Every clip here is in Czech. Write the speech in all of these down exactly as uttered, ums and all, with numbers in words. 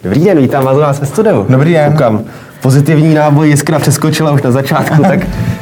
Dobrý den, vítám vás u nás ve studiu. Dobrý den. Koukám, pozitivní náboj, jiskra přeskočila už na začátku, tak...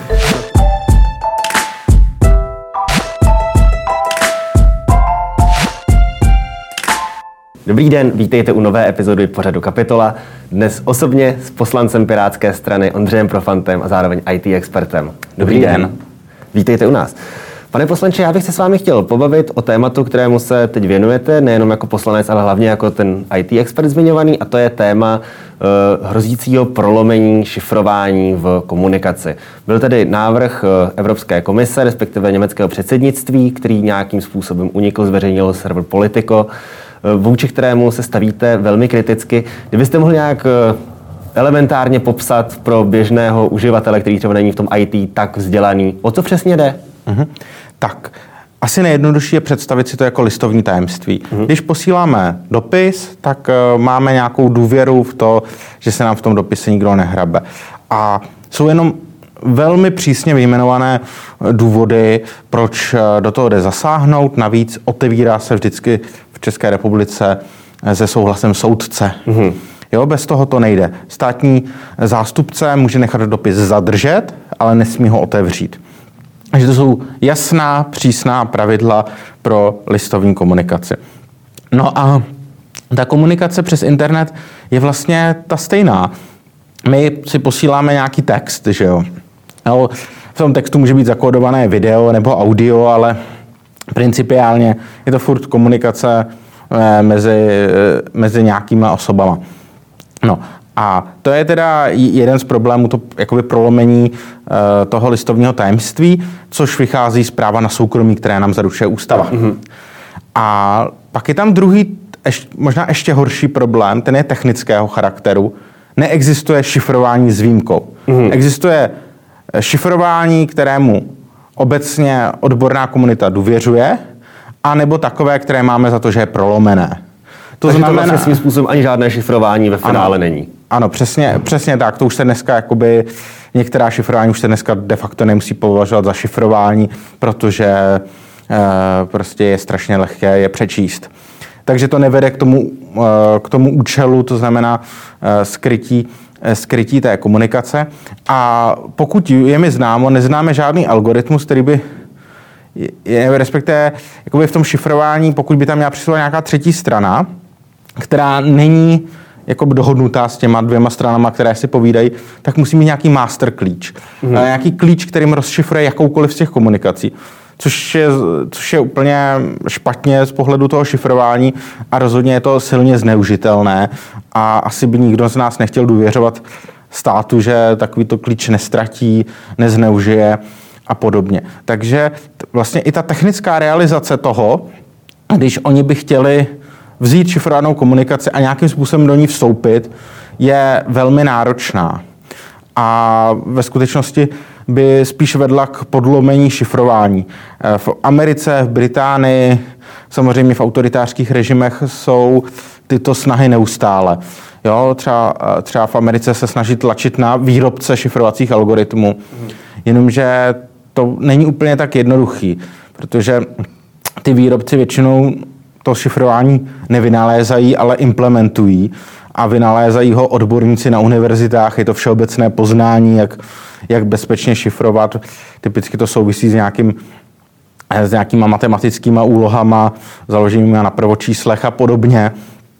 Dobrý den, vítejte u nové epizody pořadu Kapitola. Dnes osobně s poslancem Pirátské strany Ondřejem Profantem a zároveň í té expertem. Dobrý, Dobrý den. den. Vítejte u nás. Pane poslanče, já bych se s vámi chtěl pobavit o tématu, kterému se teď věnujete, nejenom jako poslanec, ale hlavně jako ten í té expert zmiňovaný, a to je téma uh, hrozícího prolomení šifrování v komunikaci. Byl tedy návrh uh, Evropské komise, respektive německého předsednictví, který nějakým způsobem unikl, zveřejnil server Politico, uh, vůči kterému se stavíte velmi kriticky. Kdybyste mohl nějak uh, elementárně popsat pro běžného uživatele, který třeba není v tom í té tak vzdělaný, o co přesně jde? Mhm. Tak, asi nejjednodušší je představit si to jako listovní tajemství. Mhm. Když posíláme dopis, tak uh, máme nějakou důvěru v to, že se nám v tom dopise nikdo nehrabe. A jsou jenom velmi přísně vyjmenované důvody, proč uh, do toho jde zasáhnout. Navíc otevírá se vždycky v České republice se souhlasem soudce. Mhm. Jo, bez toho to nejde. Státní zástupce může nechat dopis zadržet, ale nesmí ho otevřít. Takže to jsou jasná, přísná pravidla pro listovní komunikaci. No a ta komunikace přes internet je vlastně ta stejná. My si posíláme nějaký text, že jo. No, v tom textu může být zakódované video nebo audio, ale principiálně je to furt komunikace mezi, mezi nějakýma osobama. No a to je teda jeden z problémů, to jakoby prolomení uh, toho listovního tajemství, což vychází z práva na soukromí, které nám zaručuje ústava. Mm-hmm. A pak je tam druhý, ještě, možná ještě horší problém, ten je technického charakteru. Neexistuje šifrování s výjimkou. Mm-hmm. Existuje šifrování, kterému obecně odborná komunita důvěřuje, anebo takové, které máme za to, že je prolomené. To Takže znamená, to vlastně svým způsobem ani žádné šifrování ve finále ano, není. Ano, přesně, přesně tak. To už se dneska jakoby, některá šifrování už se dneska de facto nemusí považovat za šifrování, protože e, prostě je strašně lehké je přečíst. Takže to nevede k tomu, e, k tomu účelu, to znamená e, skrytí, e, skrytí té komunikace. A pokud je mi známo, neznáme žádný algoritmus, který by je, respektive jakoby v tom šifrování, pokud by tam měla přislat nějaká třetí strana, která není jakoby dohodnutá s těma dvěma stranama, které si povídají, tak musí mít nějaký master klíč. Mm. Nějaký klíč, kterým rozšifruje jakoukoliv z těch komunikací. Což je, což je úplně špatně z pohledu toho šifrování a rozhodně je to silně zneužitelné a asi by nikdo z nás nechtěl důvěřovat státu, že takovýto klíč nestratí, nezneužije a podobně. Takže vlastně i ta technická realizace toho, když oni by chtěli vzít šifrovanou komunikaci a nějakým způsobem do ní vstoupit, je velmi náročná. A ve skutečnosti by spíš vedla k podlomení šifrování. V Americe, v Británii, samozřejmě v autoritářských režimech jsou tyto snahy neustále. Jo, třeba, třeba v Americe se snaží tlačit na výrobce šifrovacích algoritmů. Jenomže to není úplně tak jednoduchý, protože ty výrobci většinou to šifrování nevynalézají, ale implementují a vynalézají ho odborníci na univerzitách. Je to všeobecné poznání, jak, jak bezpečně šifrovat. Typicky to souvisí s, nějakým, s nějakýma matematickýma úlohama, založenými na prvočíslech a podobně.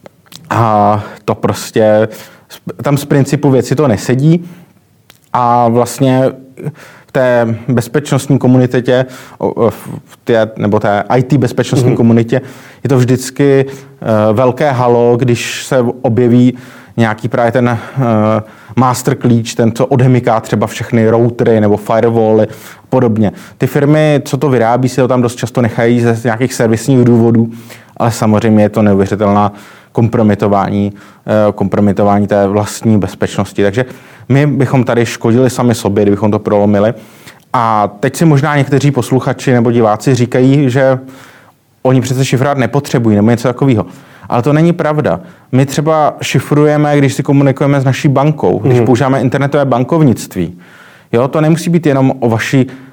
A to prostě, tam z principu věci to nesedí a vlastně v té bezpečnostní komunitě, v té, nebo té í té bezpečnostní mm-hmm. komunitě, je to vždycky uh, velké halo, když se objeví nějaký právě ten uh, master klíč, ten, co odemyká třeba všechny routery nebo firewally a podobně. Ty firmy, co to vyrábí, si to tam dost často nechají ze nějakých servisních důvodů, ale samozřejmě je to neuvěřitelná kompromitování, uh, kompromitování té vlastní bezpečnosti. Takže my bychom tady škodili sami sobě, kdybychom to prolomili. A teď si možná někteří posluchači nebo diváci říkají, že oni přece šifrovat nepotřebují nebo něco takového. Ale to není pravda. My třeba šifrujeme, když si komunikujeme s naší bankou, když mm. používáme internetové bankovnictví. Jo, to nemusí být jenom o vaší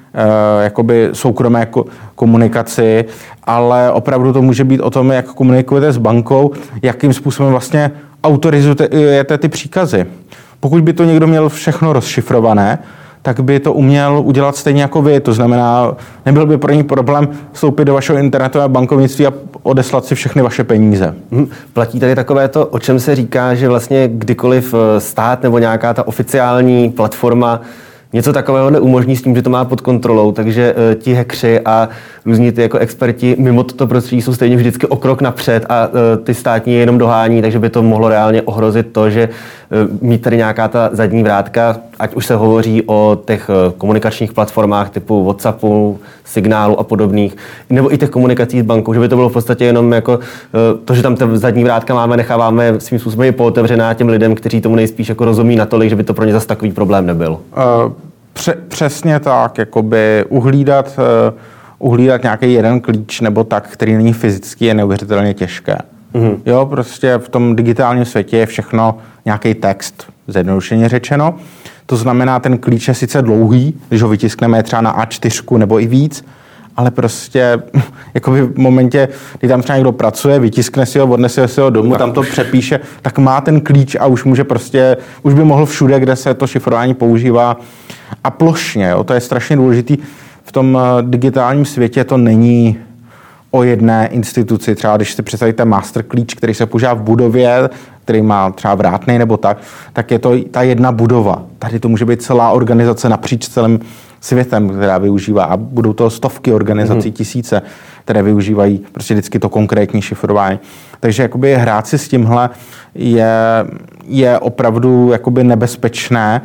jakoby soukromé komunikaci, ale opravdu to může být o tom, jak komunikujete s bankou, jakým způsobem vlastně autorizujete ty příkazy. Pokud by to někdo měl všechno rozšifrované, tak by to uměl udělat stejně jako vy. To znamená, nebyl by pro ní problém vstoupit do vašeho internetového bankovnictví a odeslat si všechny vaše peníze. Hmm. Platí tady takové to, o čem se říká, že vlastně kdykoliv stát nebo nějaká ta oficiální platforma něco takového neumožní s tím, že to má pod kontrolou, takže uh, ti hackři a různí ty jako experti mimo toto prostředí jsou stejně vždycky o krok napřed a uh, ty státní jenom dohání, takže by to mohlo reálně ohrozit to, že uh, mít tady nějaká ta zadní vrátka, ať už se hovoří o těch uh, komunikačních platformách typu WhatsAppu, Signálu a podobných, nebo i těch komunikací s bankou, že by to bylo v podstatě jenom jako uh, to, že tam ta zadní vrátka máme, necháváme svým způsobem i pootevřená těm lidem, kteří tomu nejspíš jako rozumí natolik, že by to pro ně zase takový problém nebyl. Uh. Pře- přesně tak, jakoby uhlídat, uh, uhlídat nějaký jeden klíč nebo tak, který není fyzický, je neuvěřitelně těžké. Mm-hmm. Jo, prostě v tom digitálním světě je všechno nějaký text, zjednodušeně řečeno. To znamená, ten klíč je sice dlouhý, když ho vytiskneme třeba na á čtyři nebo i víc, ale prostě jakoby v momentě, kdy tam třeba někdo pracuje, vytiskne si ho, odnese si ho domů, tam to přepíše, tak má ten klíč a už může prostě, už by mohl všude, kde se to šifrování používá a plošně, jo, to je strašně důležitý. V tom digitálním světě to není o jedné instituci, třeba když si představíte master klíč, který se používá v budově, který má třeba vrátnej nebo tak, tak je to ta jedna budova. Tady to může být celá organizace napříč celým světem, která využívá, a budou to stovky organizací, mm. tisíce, které využívají prostě vždycky to konkrétní šifrování. Takže jakoby hrát si s tímhle je, je opravdu jakoby nebezpečné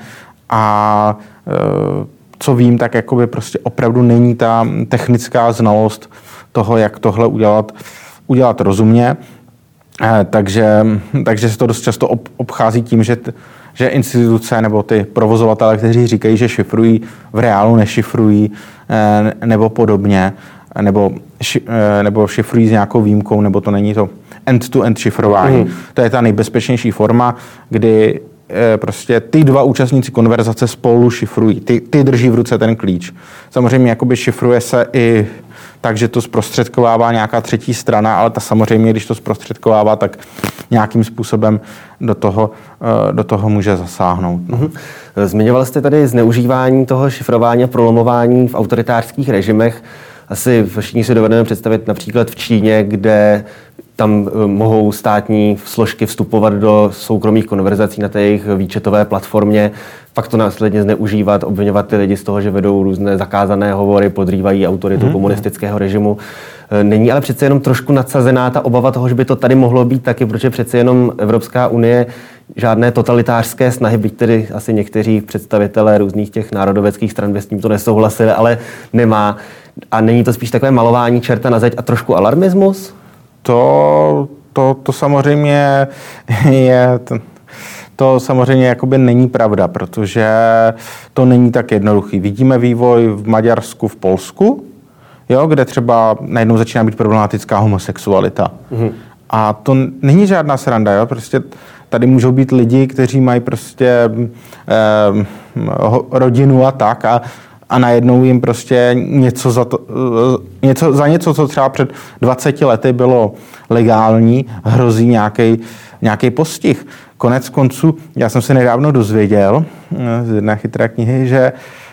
a e, co vím, tak jakoby prostě opravdu není ta technická znalost toho, jak tohle udělat, udělat rozumně. E, takže, takže se to dost často ob, obchází tím, že t, že instituce nebo ty provozovatelé, kteří říkají, že šifrují, v reálu nešifrují nebo podobně, nebo, ši, nebo šifrují s nějakou výjimkou, nebo to není to end-to-end šifrování. Mm. To je ta nejbezpečnější forma, kdy prostě ty dva účastníci konverzace spolu šifrují. Ty, ty drží v ruce ten klíč. Samozřejmě jakoby šifruje se i tak, že to zprostředkovává nějaká třetí strana, ale ta samozřejmě, když to zprostředkovává, tak nějakým způsobem do toho, do toho může zasáhnout. No. Zmiňoval jste tady zneužívání toho šifrování a prolomování v autoritářských režimech. Asi všichni si dovedeme představit například v Číně, kde tam mohou státní složky vstupovat do soukromých konverzací na té jejich výčetové platformě, pak to následně zneužívat, obviňovat ty lidi z toho, že vedou různé zakázané hovory, podrývají autoritu hmm. komunistického režimu. Není ale přece jenom trošku nadsazená ta obava toho, že by to tady mohlo být taky, protože přece jenom Evropská unie žádné totalitářské snahy, byť tedy asi někteří představitelé různých těch národoveckých stran by s tímto nesouhlasili, ale nemá. A není to spíš takové malování čerta na zeď a trošku alarmismus? To, to, to samozřejmě je... To, to samozřejmě jakoby není pravda, protože to není tak jednoduchý. Vidíme vývoj v Maďarsku, v Polsku, jo, kde třeba najednou začíná být problematická homosexualita. Mm-hmm. A to není žádná sranda, jo, prostě tady můžou být lidi, kteří mají prostě eh, rodinu a tak a a najednou jim prostě něco za, to, něco, za něco, co třeba před dvaceti lety bylo legální, hrozí nějaký postih. Konec konců, já jsem se nedávno dozvěděl z jedné chytré knihy, že,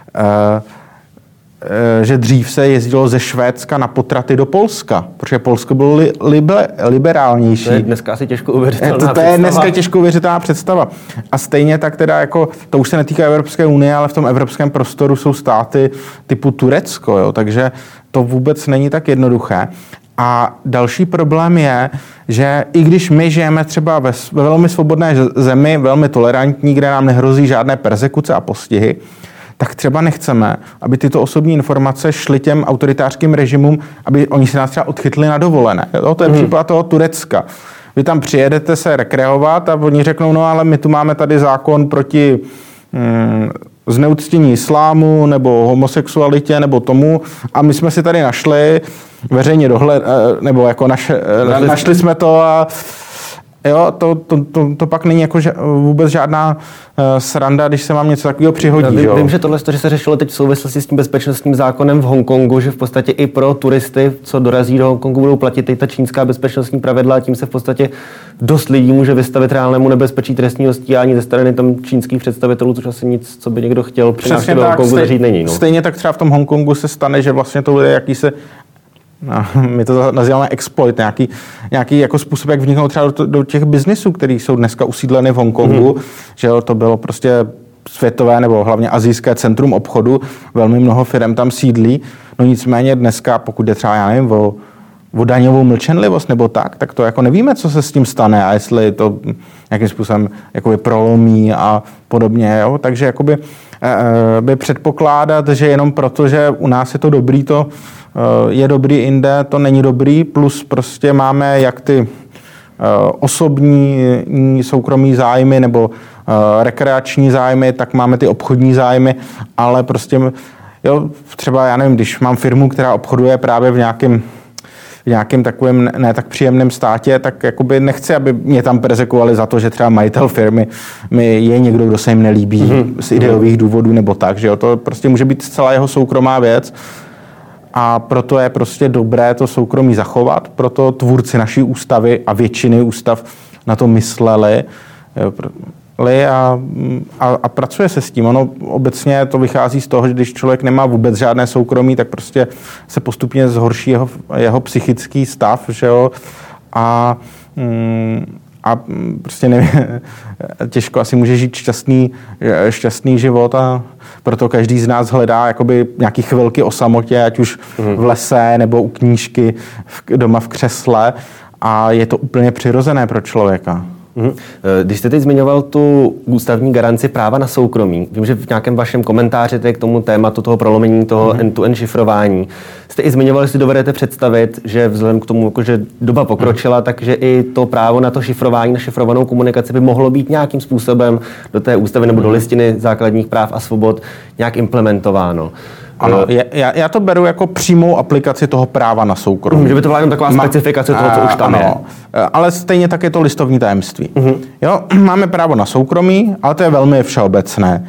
že dřív se jezdilo ze Švédska na potraty do Polska, protože Polsko bylo li, libe, liberálnější. To je dneska asi těžko uvěřitelná to, to je dneska těžko uvěřitelná představa. A stejně tak teda jako, to už se netýká Evropské unie, ale v tom evropském prostoru jsou státy typu Turecko, jo, takže to vůbec není tak jednoduché. A další problém je, že i když my žijeme třeba ve, ve velmi svobodné zemi, velmi tolerantní, kde nám nehrozí žádné persekuce a postihy, tak třeba nechceme, aby tyto osobní informace šly těm autoritářským režimům, aby oni si nás třeba odchytli na dovolené. Jo, to je hmm. případ toho Turecka. Vy tam přijedete se rekreovat a oni řeknou, no ale my tu máme tady zákon proti hmm, zneuctění islámu nebo homosexualitě nebo tomu a my jsme si tady našli veřejně dohled, nebo jako naše, našli, našli jsme to a Jo, to, to, to, to pak není jako ža, vůbec žádná uh, sranda, když se vám něco takového přihodí. Vím, jo? vím, že tohle, že se řešilo teď v souvislosti s tím bezpečnostním zákonem v Hongkongu, že v podstatě i pro turisty, co dorazí do Hongkongu, budou platit i ta čínská bezpečnostní pravidla a tím se v podstatě dost lidí může vystavit reálnému nebezpečí trestního stíhání ze strany tam čínských představitelů, což asi nic, co by někdo chtěl přinášet do Hongkongu, zažít není. No. Stejně tak třeba v tom Hongkongu se stane, že vlastně to bude jakýsi No, my to nazýváme exploit, nějaký, nějaký jako způsob, jak vniknout třeba do, do těch biznisů, které jsou dneska usídleny v Hongkongu, mm. že jo, to bylo prostě světové nebo hlavně asijské centrum obchodu, velmi mnoho firm tam sídlí, no nicméně dneska, pokud je třeba, já nevím, o, o daňovou mlčenlivost nebo tak, tak to jako nevíme, co se s tím stane a jestli to nějakým způsobem jakoby prolomí a podobně, jo, takže jakoby e, by předpokládat, že jenom proto, že u nás je to dobrý, to je dobrý jinde, to není dobrý, plus prostě máme jak ty osobní soukromí zájmy nebo rekreační zájmy, tak máme ty obchodní zájmy, ale prostě jo, třeba já nevím, když mám firmu, která obchoduje právě v nějakém v nějakém takovém ne tak příjemném státě, tak jakoby nechci, aby mě tam perzekuovali za to, že třeba majitel firmy mi je někdo, kdo se jim nelíbí mm-hmm. z ideových důvodů nebo tak, že jo, to prostě může být zcela jeho soukromá věc. A proto je prostě dobré to soukromí zachovat, proto tvůrci naší ústavy a většiny ústav na to mysleli a, a, a pracuje se s tím. Ono obecně to vychází z toho, že když člověk nemá vůbec žádné soukromí, tak prostě se postupně zhorší jeho, jeho psychický stav, že jo, a mm, a prostě nevím, těžko asi může žít šťastný, šťastný život a proto každý z nás hledá jakoby nějaký chvilky o samotě, ať už v lese nebo u knížky, doma v křesle a je to úplně přirozené pro člověka. Když jste teď zmiňoval tu ústavní garanci práva na soukromí, vím, že v nějakém vašem komentáři k tomu tématu toho prolomení, toho mm-hmm. end-to-end šifrování, jste i zmiňovali, že si dovedete představit, že vzhledem k tomu, že doba pokročila, mm. takže i to právo na to šifrování, na šifrovanou komunikaci by mohlo být nějakým způsobem do té ústavy nebo do listiny základních práv a svobod nějak implementováno. Ano, já, já to beru jako přímou aplikaci toho práva na soukromí. Že by to byla jenom taková Ma, specifikace toho, co už tam ano, je. Ale stejně tak je to listovní tajemství. Uh-huh. Jo, máme právo na soukromí, ale to je velmi všeobecné.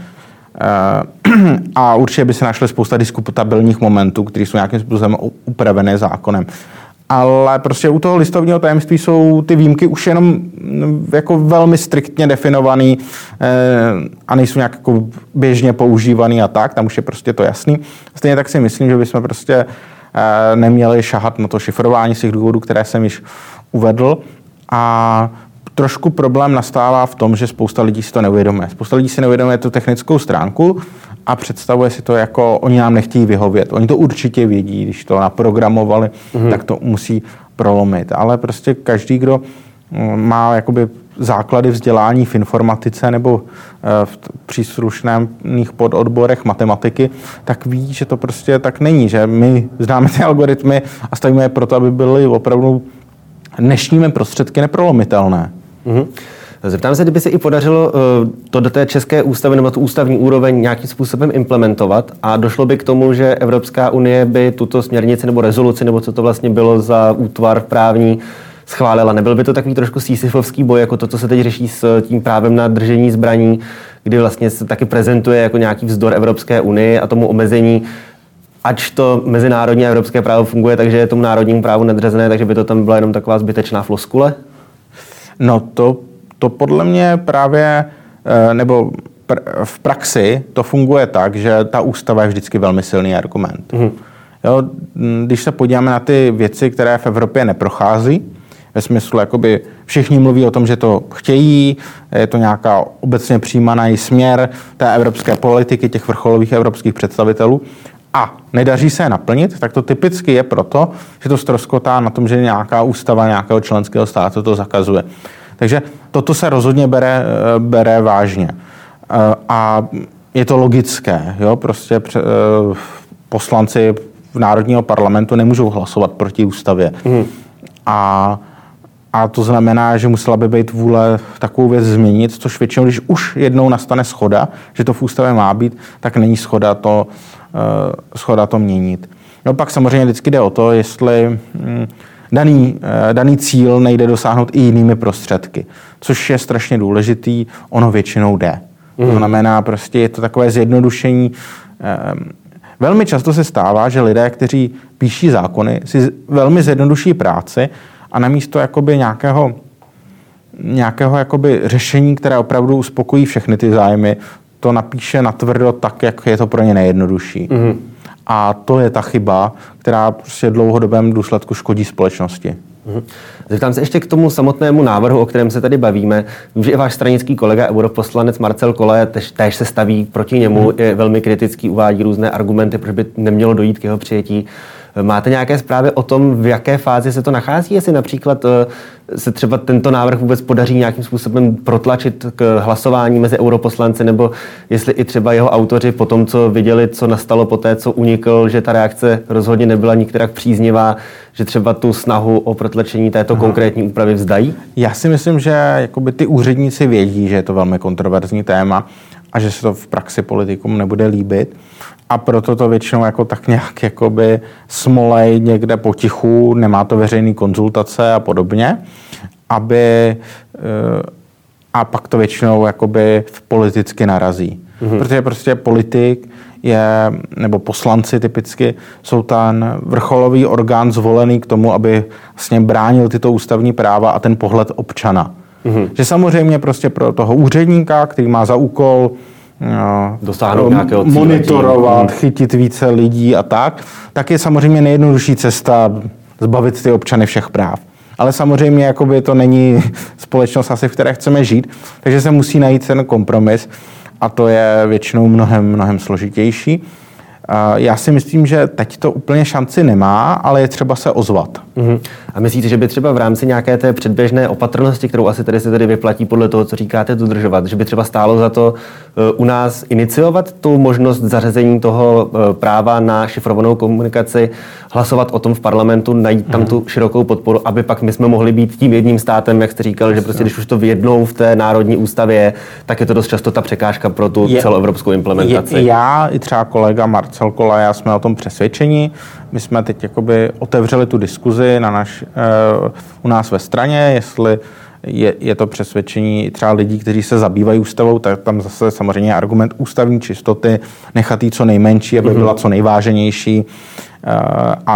A určitě by se našly spousta diskutabilních momentů, které jsou nějakým způsobem upravené zákonem. Ale prostě u toho listovního tajemství jsou ty výjimky už jenom jako velmi striktně definovaný eh, a nejsou nějak jako běžně používaný a tak, tam už je prostě to jasný. Stejně tak si myslím, že bychom prostě eh, neměli šahat na to šifrování z těch důvodů, které jsem již uvedl. A trošku problém nastává v tom, že spousta lidí si to neuvědomuje. Spousta lidí si neuvědomuje tu technickou stránku a představuje si to jako, oni nám nechtějí vyhovět. Oni to určitě vědí, když to naprogramovali, mm. tak to musí prolomit. Ale prostě každý, kdo má jakoby základy vzdělání v informatice nebo v příslušných pododborech matematiky, tak ví, že to prostě tak není, že my známe ty algoritmy a stavíme je proto, aby byly opravdu dnešními prostředky neprolomitelné. Mm-hmm. Zeptám se, kdyby se i podařilo to do té české ústavy nebo tu ústavní úroveň nějakým způsobem implementovat a došlo by k tomu, že Evropská unie by tuto směrnici nebo rezoluci, nebo co to vlastně bylo za útvar právní, schválila. Nebyl by to takový trošku sísifovský boj, jako to, co se teď řeší s tím právem na držení zbraní, kdy vlastně se taky prezentuje jako nějaký vzdor Evropské unii a tomu omezení, ač to mezinárodní a evropské právo funguje, takže je tomu národnímu právu nadřazené, takže by to tam byla jenom taková zbytečná floskule? No to, to podle mě právě, nebo v praxi to funguje tak, že ta ústava je vždycky velmi silný argument. Mm. Jo, když se podíváme na ty věci, které v Evropě neprochází, ve smyslu, jakoby všichni mluví o tom, že to chtějí, je to nějaká obecně přijímaný směr té evropské politiky, těch vrcholových evropských představitelů, a nedaří se je naplnit, tak to typicky je proto, že to ztroskotá na tom, že nějaká ústava nějakého členského státu to zakazuje. Takže toto se rozhodně bere, bere vážně. A je to logické. Jo? Prostě poslanci v Národního parlamentu nemůžou hlasovat proti ústavě. Mm. A, a to znamená, že musela by být vůle takovou věc změnit, což většinou, když už jednou nastane shoda, že to v ústavě má být, tak není shoda to, uh, shoda to měnit. No pak samozřejmě vždycky jde o to, jestli, hm, daný, daný cíl nejde dosáhnout i jinými prostředky, což je strašně důležitý, ono většinou jde. Mm. To znamená, prostě je to takové zjednodušení. Velmi často se stává, že lidé, kteří píší zákony, si velmi zjednoduší práci a namísto jakoby nějakého, nějakého jakoby řešení, které opravdu uspokojí všechny ty zájmy, to napíše natvrdo tak, jak je to pro ně nejjednodušší. Mm. A to je ta chyba, která prostě v dlouhodobém důsledku škodí společnosti. Mm. Zeptám se ještě k tomu samotnému návrhu, o kterém se tady bavíme. Vím, že i váš stranický kolega, europoslanec Marcel Kolaja, též se staví proti němu, mm. je velmi kritický, uvádí různé argumenty, proč by nemělo dojít k jeho přijetí. Máte nějaké zprávy o tom, v jaké fázi se to nachází? Jestli například se třeba tento návrh vůbec podaří nějakým způsobem protlačit k hlasování mezi europoslanci, nebo jestli i třeba jeho autoři po tom, co viděli, co nastalo po té, co unikl, že ta reakce rozhodně nebyla nikterak příznivá, že třeba tu snahu o protlačení této Aha. konkrétní úpravy vzdají? Já si myslím, že jakoby ty úředníci vědí, že je to velmi kontroverzní téma a že se to v praxi politikům nebude líbit. A proto to většinou jako tak nějak jakoby smolej někde potichu, nemá to veřejný konzultace a podobně, aby a pak to většinou jakoby politicky narazí. Mhm. Protože prostě politik je, nebo poslanci typicky, jsou ten vrcholový orgán zvolený k tomu, aby vlastně bránil tyto ústavní práva a ten pohled občana. Mhm. Že samozřejmě prostě pro toho úředníka, který má za úkol dosáhnout nějakého cíle, monitorovat, chytit více lidí a tak, tak je samozřejmě nejjednodušší cesta zbavit ty občany všech práv. Ale samozřejmě jakoby to není společnost asi, v které chceme žít, takže se musí najít ten kompromis a to je většinou mnohem, mnohem složitější. Já si myslím, že teď to úplně šanci nemá, ale je třeba se ozvat. Uhum. A myslíte, že by třeba v rámci nějaké té předběžné opatrnosti, kterou asi tady se tady vyplatí podle toho, co říkáte, dodržovat, že by třeba stálo za to u nás iniciovat tu možnost zařazení toho práva na šifrovanou komunikaci, hlasovat o tom v parlamentu, najít tam tu širokou podporu, aby pak my jsme mohli být tím jedním státem, jak jste říkal, že prostě když už to jednou v té národní ústavě je, tak je to dost často ta překážka pro tu je, celoevropskou implementaci. Je, já i třeba kolega Marcel Kolaja jsme o tom přesvědčeni. My jsme teď jakoby otevřeli tu diskuzi na naš, uh, u nás ve straně, jestli je, je to přesvědčení třeba lidí, kteří se zabývají ústavou, tak tam zase samozřejmě je argument ústavní čistoty, nechat jí co nejmenší, aby mm-hmm. byla co nejváženější. Uh, a,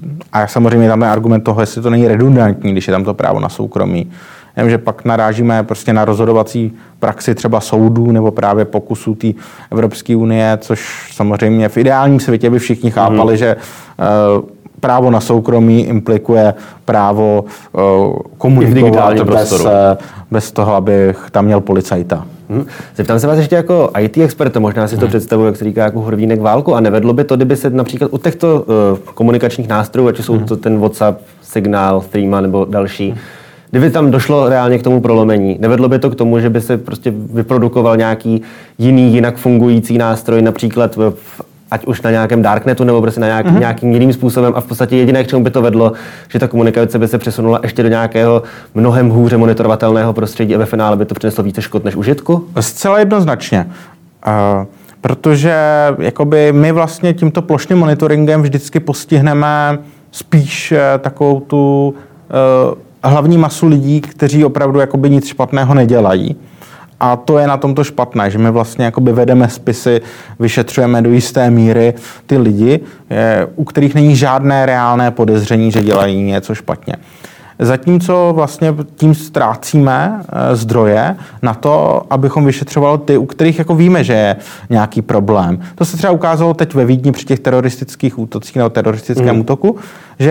a samozřejmě tam je argument toho, jestli to není redundantní, když je tam to právo na soukromí. Nevím, že pak narážíme prostě na rozhodovací praxi třeba soudů nebo právě pokusů té Evropské unie, což samozřejmě v ideálním světě by všichni chápali, mm. že uh, právo na soukromí implikuje právo uh, komunikovat bez, bez toho, abych tam měl policajta. Hmm. Zeptám se vás ještě jako í té experta, možná si to hmm. představuji, jak se říká, jako Horvínek válku, a nevedlo by to, kdyby se například u těchto uh, komunikačních nástrojů, ať jsou hmm. to ten WhatsApp, Signál, Threema nebo další, hmm. kdyby tam došlo reálně k tomu prolomení, nevedlo by to k tomu, že by se prostě vyprodukoval nějaký jiný, jinak fungující nástroj, například v, ať už na nějakém darknetu nebo prostě na nějaký, mm-hmm. nějakým jiným způsobem, a v podstatě jediné, k čemu by to vedlo, že ta komunikace by se přesunula ještě do nějakého mnohem hůře monitorovatelného prostředí a ve finále by to přineslo více škod než užitku? Zcela jednoznačně. Uh, protože jakoby my vlastně tímto plošným monitoringem vždycky postihneme spíš uh, takovou tu uh, hlavní masu lidí, kteří opravdu jakoby nic špatného nedělají. A to je na tomto špatné, že my vlastně jakoby vedeme spisy, vyšetřujeme do jisté míry ty lidi, je, u kterých není žádné reálné podezření, že dělají něco špatně. Zatímco vlastně tím ztrácíme e, zdroje na to, abychom vyšetřovali ty, u kterých jako víme, že je nějaký problém. To se třeba ukázalo teď ve Vídni při těch teroristických útocích nebo teroristickém mm. útoku, že,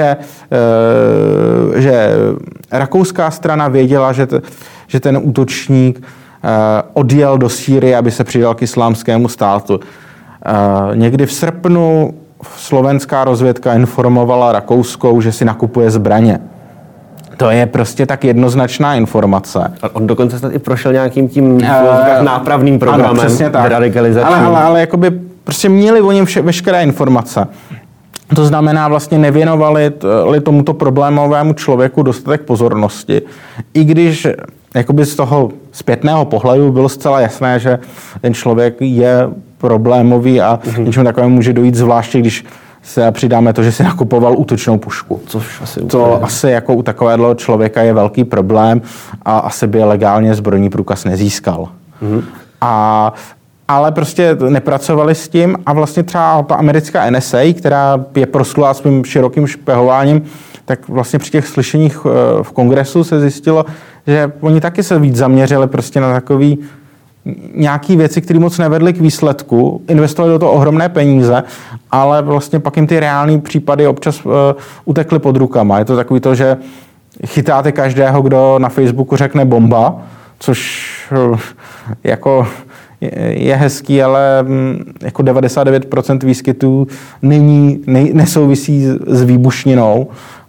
e, že rakouská strana věděla, že, t, že ten útočník e, odjel do Sýrie, aby se přidal k islámskému státu. E, někdy v srpnu slovenská rozvědka informovala rakouskou, že si nakupuje zbraně. To je prostě tak jednoznačná informace. A on dokonce snad i prošel nějakým tím uh, nápravným programem, ano, přesně tak. Radikalizačním. Ale, ale, ale jakoby prostě měli o něm vše, veškeré informace. To znamená, vlastně nevěnovali t, tomuto problémovému člověku dostatek pozornosti. I když jakoby z toho zpětného pohledu bylo zcela jasné, že ten člověk je problémový a mm-hmm. něčemu takovému může dojít, zvláště když se přidáme to, že si nakupoval útočnou pušku. Což asi to úplně... asi jako u takového člověka je velký problém a asi by legálně zbrojní průkaz nezískal. Mm-hmm. A ale prostě nepracovali s tím a vlastně třeba ta americká N S A, která je proslulá svým širokým špehováním, tak vlastně při těch slyšeních v kongresu se zjistilo, že oni taky se víc zaměřili prostě na takový nějaký věci, které moc nevedly k výsledku, investovali do toho ohromné peníze, ale vlastně pak jim ty reální případy občas uh, utekly pod rukama. Je to takový to, že chytáte každého, kdo na Facebooku řekne bomba, což uh, jako je hezký, ale jako devadesát devět procent výskytů není, ne, nesouvisí s výbušninou.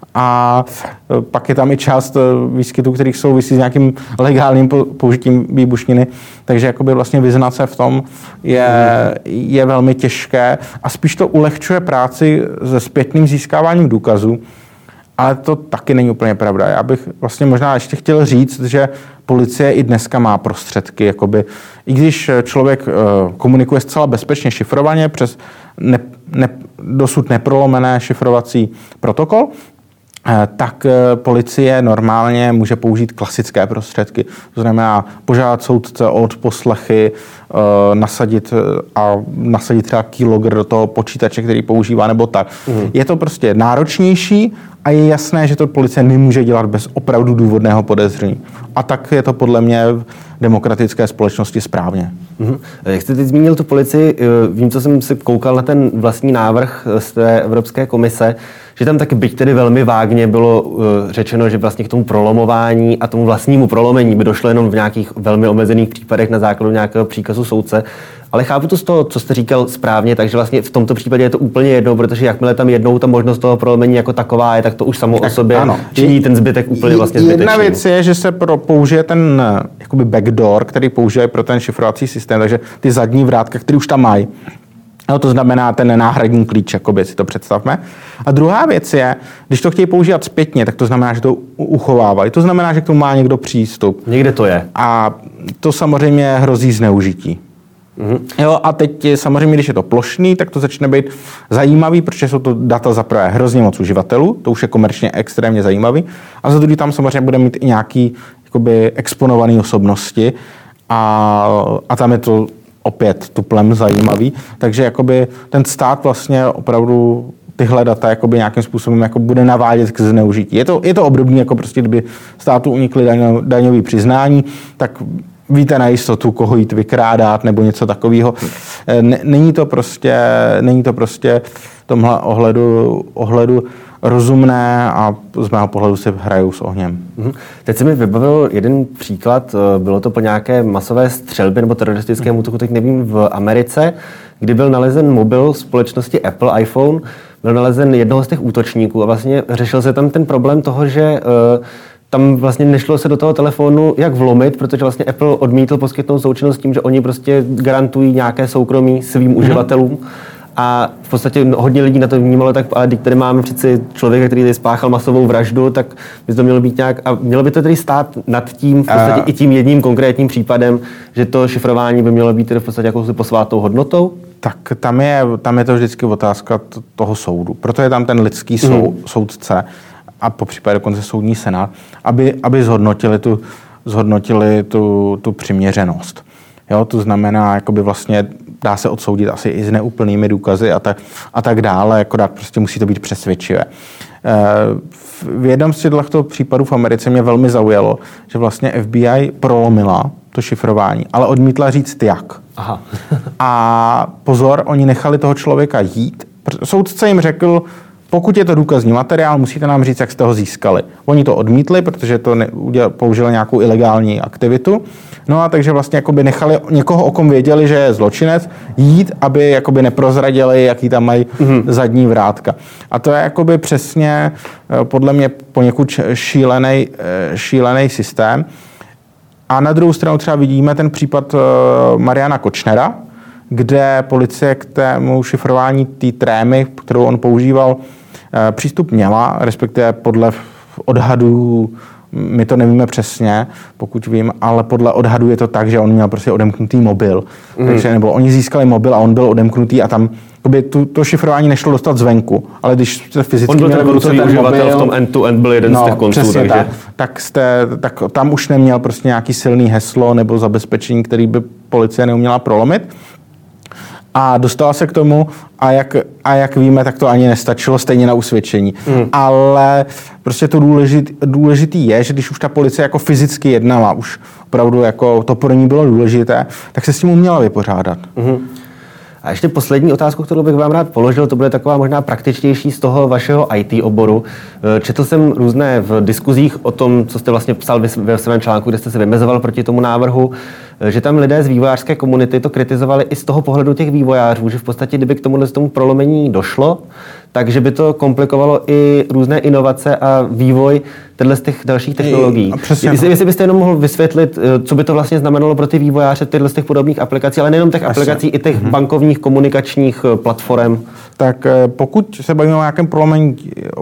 A pak je tam i část výskytů, kterých souvisí s nějakým legálním použitím výbušniny. Takže jakoby vlastně vyznat se v tom je, je velmi těžké a spíš to ulehčuje práci se zpětným získáváním důkazů. Ale to taky není úplně pravda. Já bych vlastně možná ještě chtěl říct, že policie i dneska má prostředky. Jakoby, i když člověk komunikuje zcela bezpečně šifrovaně přes ne, ne, dosud neprolomené šifrovací protokol, tak policie normálně může použít klasické prostředky. To znamená požádat soudce o odposlechy, nasadit a nasadit třeba keylogger do toho počítače, který používá, nebo tak. Mm. Je to prostě náročnější a je jasné, že to policie nemůže dělat bez opravdu důvodného podezření. A tak je to podle mě v demokratické společnosti správně. Mm. Jak jste teď zmínil tu policii, vím, co jsem si koukal na ten vlastní návrh z té Evropské komise, že tam taky, byť tedy velmi vágně bylo uh, řečeno, že vlastně k tomu prolomování a tomu vlastnímu prolomení by došlo jenom v nějakých velmi omezených případech na základu nějakého příkazu soudce. Ale chápu to z toho, co jste říkal správně, takže vlastně v tomto případě je to úplně jedno, protože jakmile tam jednou ta možnost toho prolomení jako taková je, tak to už samo tak, o sobě ano. činí ten zbytek úplně vlastně zbytečný. Jedna věc je, že se pro, použije ten jakoby backdoor, který použije pro ten šifrovací systém, takže ty zadní vrátka, které už tam mají. No, to znamená ten náhradní klíč, jakoby si to představme. A druhá věc je, když to chtějí používat zpětně, tak to znamená, že to uchovávají. To znamená, že k tomu má někdo přístup. Někde to je. A to samozřejmě hrozí zneužití. Mm-hmm. Jo, a teď samozřejmě, když je to plošný, tak to začne být zajímavý, protože jsou to data za prvé hrozně moc uživatelů, to už je komerčně extrémně zajímavý. A za druhý tam samozřejmě bude mít i nějaký jakoby exponovaný osobnosti a, a tam je to opět tuplem zajímavý, takže jakoby ten stát vlastně opravdu tyhle data jakoby nějakým způsobem jako bude navádět k zneužití. Je to, je to obdobné, jako prostě kdyby státu unikly daňo, daňový přiznání, tak víte na jistotu, koho jít vykrádat nebo něco takového. Není to prostě, není to prostě v tomhle ohledu, ohledu rozumné a z mého pohledu si hrajou s ohněm. Teď se mi vybavil jeden příklad, bylo to po nějaké masové střelbě nebo teroristickém útoku, teď nevím, v Americe, kdy byl nalezen mobil společnosti Apple iPhone, byl nalezen jednoho z těch útočníků a vlastně řešil se tam ten problém toho, že uh, tam vlastně nešlo se do toho telefonu jak vlomit, protože vlastně Apple odmítl poskytnout součinnost tím, že oni prostě garantují nějaké soukromí svým mm. uživatelům. A v podstatě hodně lidí na to vnímalo tak, ale když tady máme přeci člověka, který tady spáchal masovou vraždu, tak by to mělo být nějak, a mělo by to tedy stát nad tím, v podstatě uh, i tím jedním konkrétním případem, že to šifrování by mělo být tedy v podstatě jakousi posvátou hodnotou? Tak tam je, tam je to vždycky otázka t- toho soudu. Proto je tam ten lidský sou, mm. soudce a po případě dokonce soudní senát, aby, aby zhodnotili tu, zhodnotili tu, tu přiměřenost. Jo, to znamená, jakoby vlastně dá se odsoudit asi i s neúplnými důkazy a tak, a tak dále, akorát prostě musí to být přesvědčivé. V jednom z těchto případů v Americe mě velmi zaujalo, že vlastně F B I prolomila to šifrování, ale odmítla říct jak. Aha. A pozor, oni nechali toho člověka jít. Soudce jim řekl, pokud je to důkazní materiál, musíte nám říct, jak jste ho získali. Oni to odmítli, protože to ne, použili nějakou ilegální aktivitu. No a takže vlastně jakoby nechali někoho, o kom věděli, že je zločinec, jít, aby jakoby neprozradili, jaký tam mají mm-hmm. zadní vrátka. A to je jakoby přesně podle mě poněkud šílený, šílený systém. A na druhou stranu třeba vidíme ten případ Mariana Kočnera, kde policie k tému šifrování té trémy, kterou on používal, přístup měla, respektive podle odhadů My to nevíme přesně, pokud vím, ale podle odhadu je to tak, že on měl prostě odemknutý mobil. Mm. Takže, nebo oni získali mobil a on byl odemknutý a tam tu, to šifrování nešlo dostat zvenku. Ale když jste fyzicky měli v ruce ten mobil, v tom end-to-end byl jeden no, z těch konců. Přesně takže... tak, tak, jste, tak tam už neměl prostě nějaký silný heslo nebo zabezpečení, který by policie neuměla prolomit. A dostala se k tomu a jak, a jak víme, tak to ani nestačilo stejně na usvědčení. Mm. Ale prostě to důležit, důležitý je, že když už ta policie jako fyzicky jednala, už opravdu jako to pro ní bylo důležité, tak se s tím uměla vypořádat. Mm. A ještě poslední otázku, kterou bych vám rád položil, to bude taková možná praktičtější z toho vašeho í té oboru. Četl jsem různé v diskuzích o tom, co jste vlastně psal ve svém článku, kde jste se vymezoval proti tomu návrhu, že tam lidé z vývojářské komunity to kritizovali i z toho pohledu těch vývojářů, že v podstatě, kdyby k tomuhle tomu prolomení došlo, takže by to komplikovalo i různé inovace a vývoj z těch dalších technologií. Jestli, jestli byste jenom mohl vysvětlit, co by to vlastně znamenalo pro ty vývojáře z těch podobných aplikací, ale nejenom těch Asi. aplikací, i těch mm-hmm. bankovních komunikačních platform. Tak pokud se bavíme o nějakém prolomení,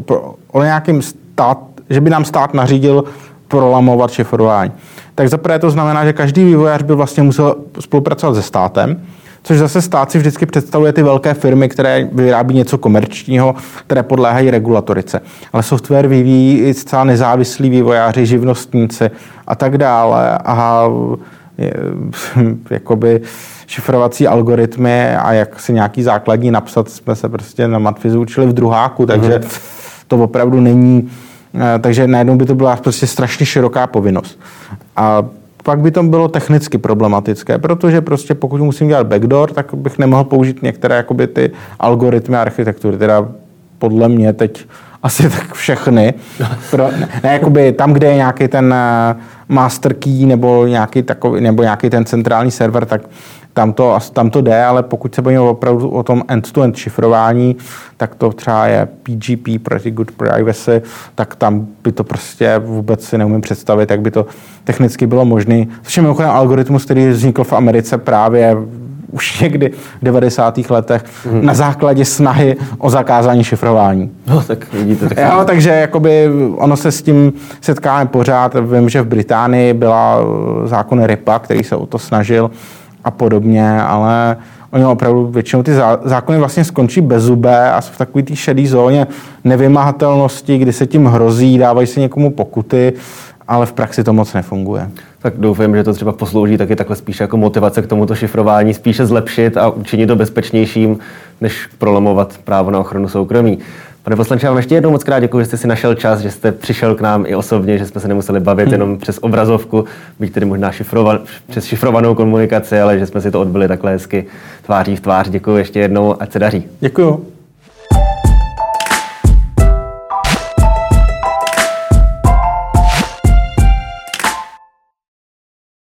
o nějakém stát, že by nám stát nařídil prolamovat šifrování, tak zaprvé to znamená, že každý vývojář by vlastně musel spolupracovat se státem, což zase stát si vždycky představuje ty velké firmy, které vyrábí něco komerčního, které podléhají regulatorice. Ale software vyvíjí i zcela nezávislí vývojáři, živnostníci a tak dále. A je, jakoby šifrovací algoritmy a jak si nějaký základní napsat, jsme se prostě na matfizu učili v druháku, takže mm. to opravdu není. Takže najednou by to byla prostě strašně široká povinnost. A pak by to bylo technicky problematické, protože prostě pokud musím dělat backdoor, tak bych nemohl použít některé jakoby ty algoritmy architektury, teda podle mě teď asi tak všechny. Pro, ne, ne, jakoby tam, kde je nějaký ten master key nebo nějaký takový, nebo nějaký ten centrální server, tak tam to, tam to jde, ale pokud se bavíme opravdu o tom end-to-end šifrování, tak to třeba je P G P, Pretty Good Privacy, tak tam by to prostě vůbec si neumím představit, jak by to technicky bylo možné. Což je mimochodem algoritmus, který vznikl v Americe právě už někdy v devadesátých letech mm. na základě snahy o zakázání šifrování. No, tak vidíte. Tak jo, takže jakoby ono se s tím setkáme pořád. Vím, že v Británii byla zákon RIPA, který se o to snažil a podobně, ale oni opravdu většinou ty zákony vlastně skončí bezzubé a v takové té šedé zóně nevymahatelnosti, kdy se tím hrozí, dávají se někomu pokuty, ale v praxi to moc nefunguje. Tak doufám, že to třeba poslouží taky takhle spíše jako motivace k tomuto šifrování, spíše zlepšit a učinit to bezpečnějším, než prolamovat právo na ochranu soukromí. Pane poslanče, já vám ještě jednou moc krát děkuji, že jste si našel čas, že jste přišel k nám i osobně, že jsme se nemuseli bavit hmm. jenom přes obrazovku, byť tedy možná šifrovan, přes šifrovanou komunikaci, ale že jsme si to odbyli takhle hezky tváří v tvář. Děkuji ještě jednou, ať se daří. Děkuju.